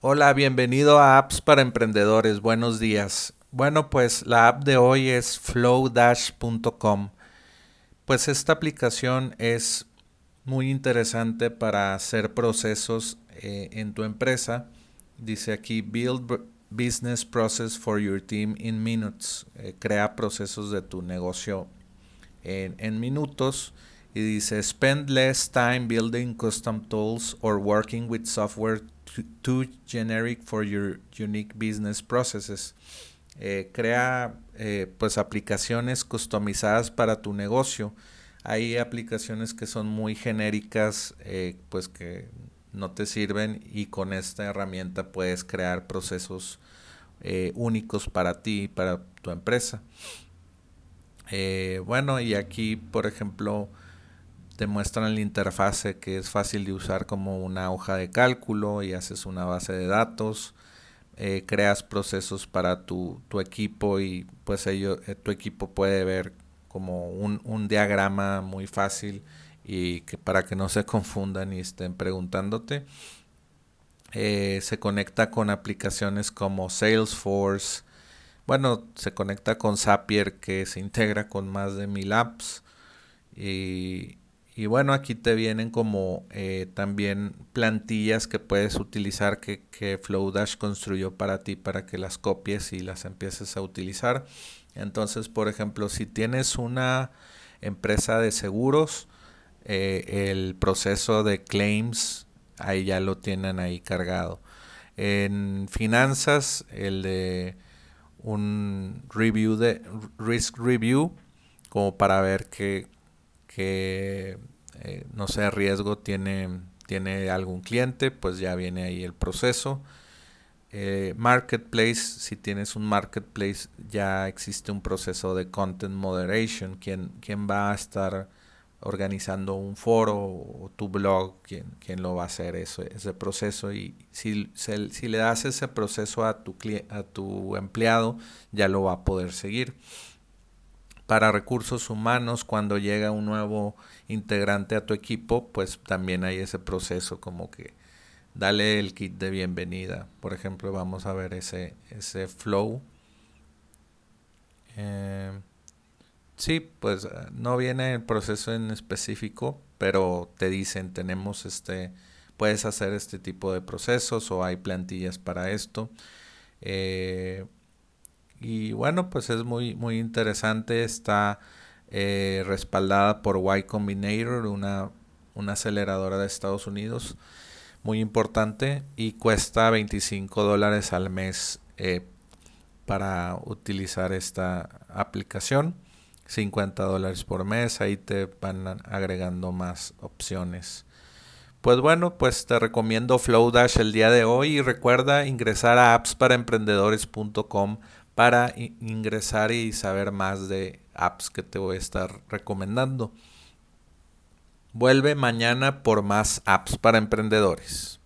Hola, bienvenido a Apps para Emprendedores. Buenos días. Bueno, pues la app de hoy es flowdash.com. Pues esta aplicación es muy interesante para hacer procesos en tu empresa. Dice aquí, business process for your team in minutes. Crea procesos de tu negocio en minutos. Y dice, spend less time building custom tools or working with software too generic for your unique business processes. Crea pues aplicaciones customizadas para tu negocio. Hay aplicaciones que son muy genéricas, pues que no te sirven, y con esta herramienta puedes crear procesos únicos para ti y para tu empresa. Bueno, y aquí, por ejemplo, te muestran la interfase, que es fácil de usar como una hoja de cálculo, y haces una base de datos. Creas procesos para tu equipo, y pues tu equipo puede ver como un diagrama muy fácil, y que para que no se confundan y estén preguntándote. Se conecta con aplicaciones como Salesforce. Bueno, se conecta con Zapier, que se integra con más de 1000 apps. Y, y bueno, aquí te vienen como también plantillas que puedes utilizar, que Flowdash construyó para ti, para que las copies y las empieces a utilizar. Entonces, por ejemplo, si tienes una empresa de seguros, el proceso de claims, ahí ya lo tienen ahí cargado. En finanzas, el de un review de risk review, como para ver que no sé, riesgo tiene algún cliente, pues ya viene ahí el proceso. Marketplace, si tienes un marketplace, ya existe un proceso de content moderation. ¿Quién va a estar organizando un foro o tu blog? ¿Quién lo va a hacer ese proceso? Y si le das ese proceso a tu empleado, ya lo va a poder seguir. Para recursos humanos, cuando llega un nuevo integrante a tu equipo, pues también hay ese proceso, como que dale el kit de bienvenida. Por ejemplo, vamos a ver ese flow. Eh, sí, pues no viene el proceso en específico, pero te dicen, puedes hacer este tipo de procesos, o hay plantillas para esto. Eh, y bueno, pues es muy, muy interesante. Está respaldada por Y Combinator, una aceleradora de Estados Unidos muy importante, y cuesta $25 al mes para utilizar esta aplicación. $50 por mes, ahí te van agregando más opciones. Pues bueno, pues te recomiendo Flowdash el día de hoy, y recuerda ingresar a appsparaemprendedores.com para ingresar y saber más de apps que te voy a estar recomendando. Vuelve mañana por más apps para emprendedores.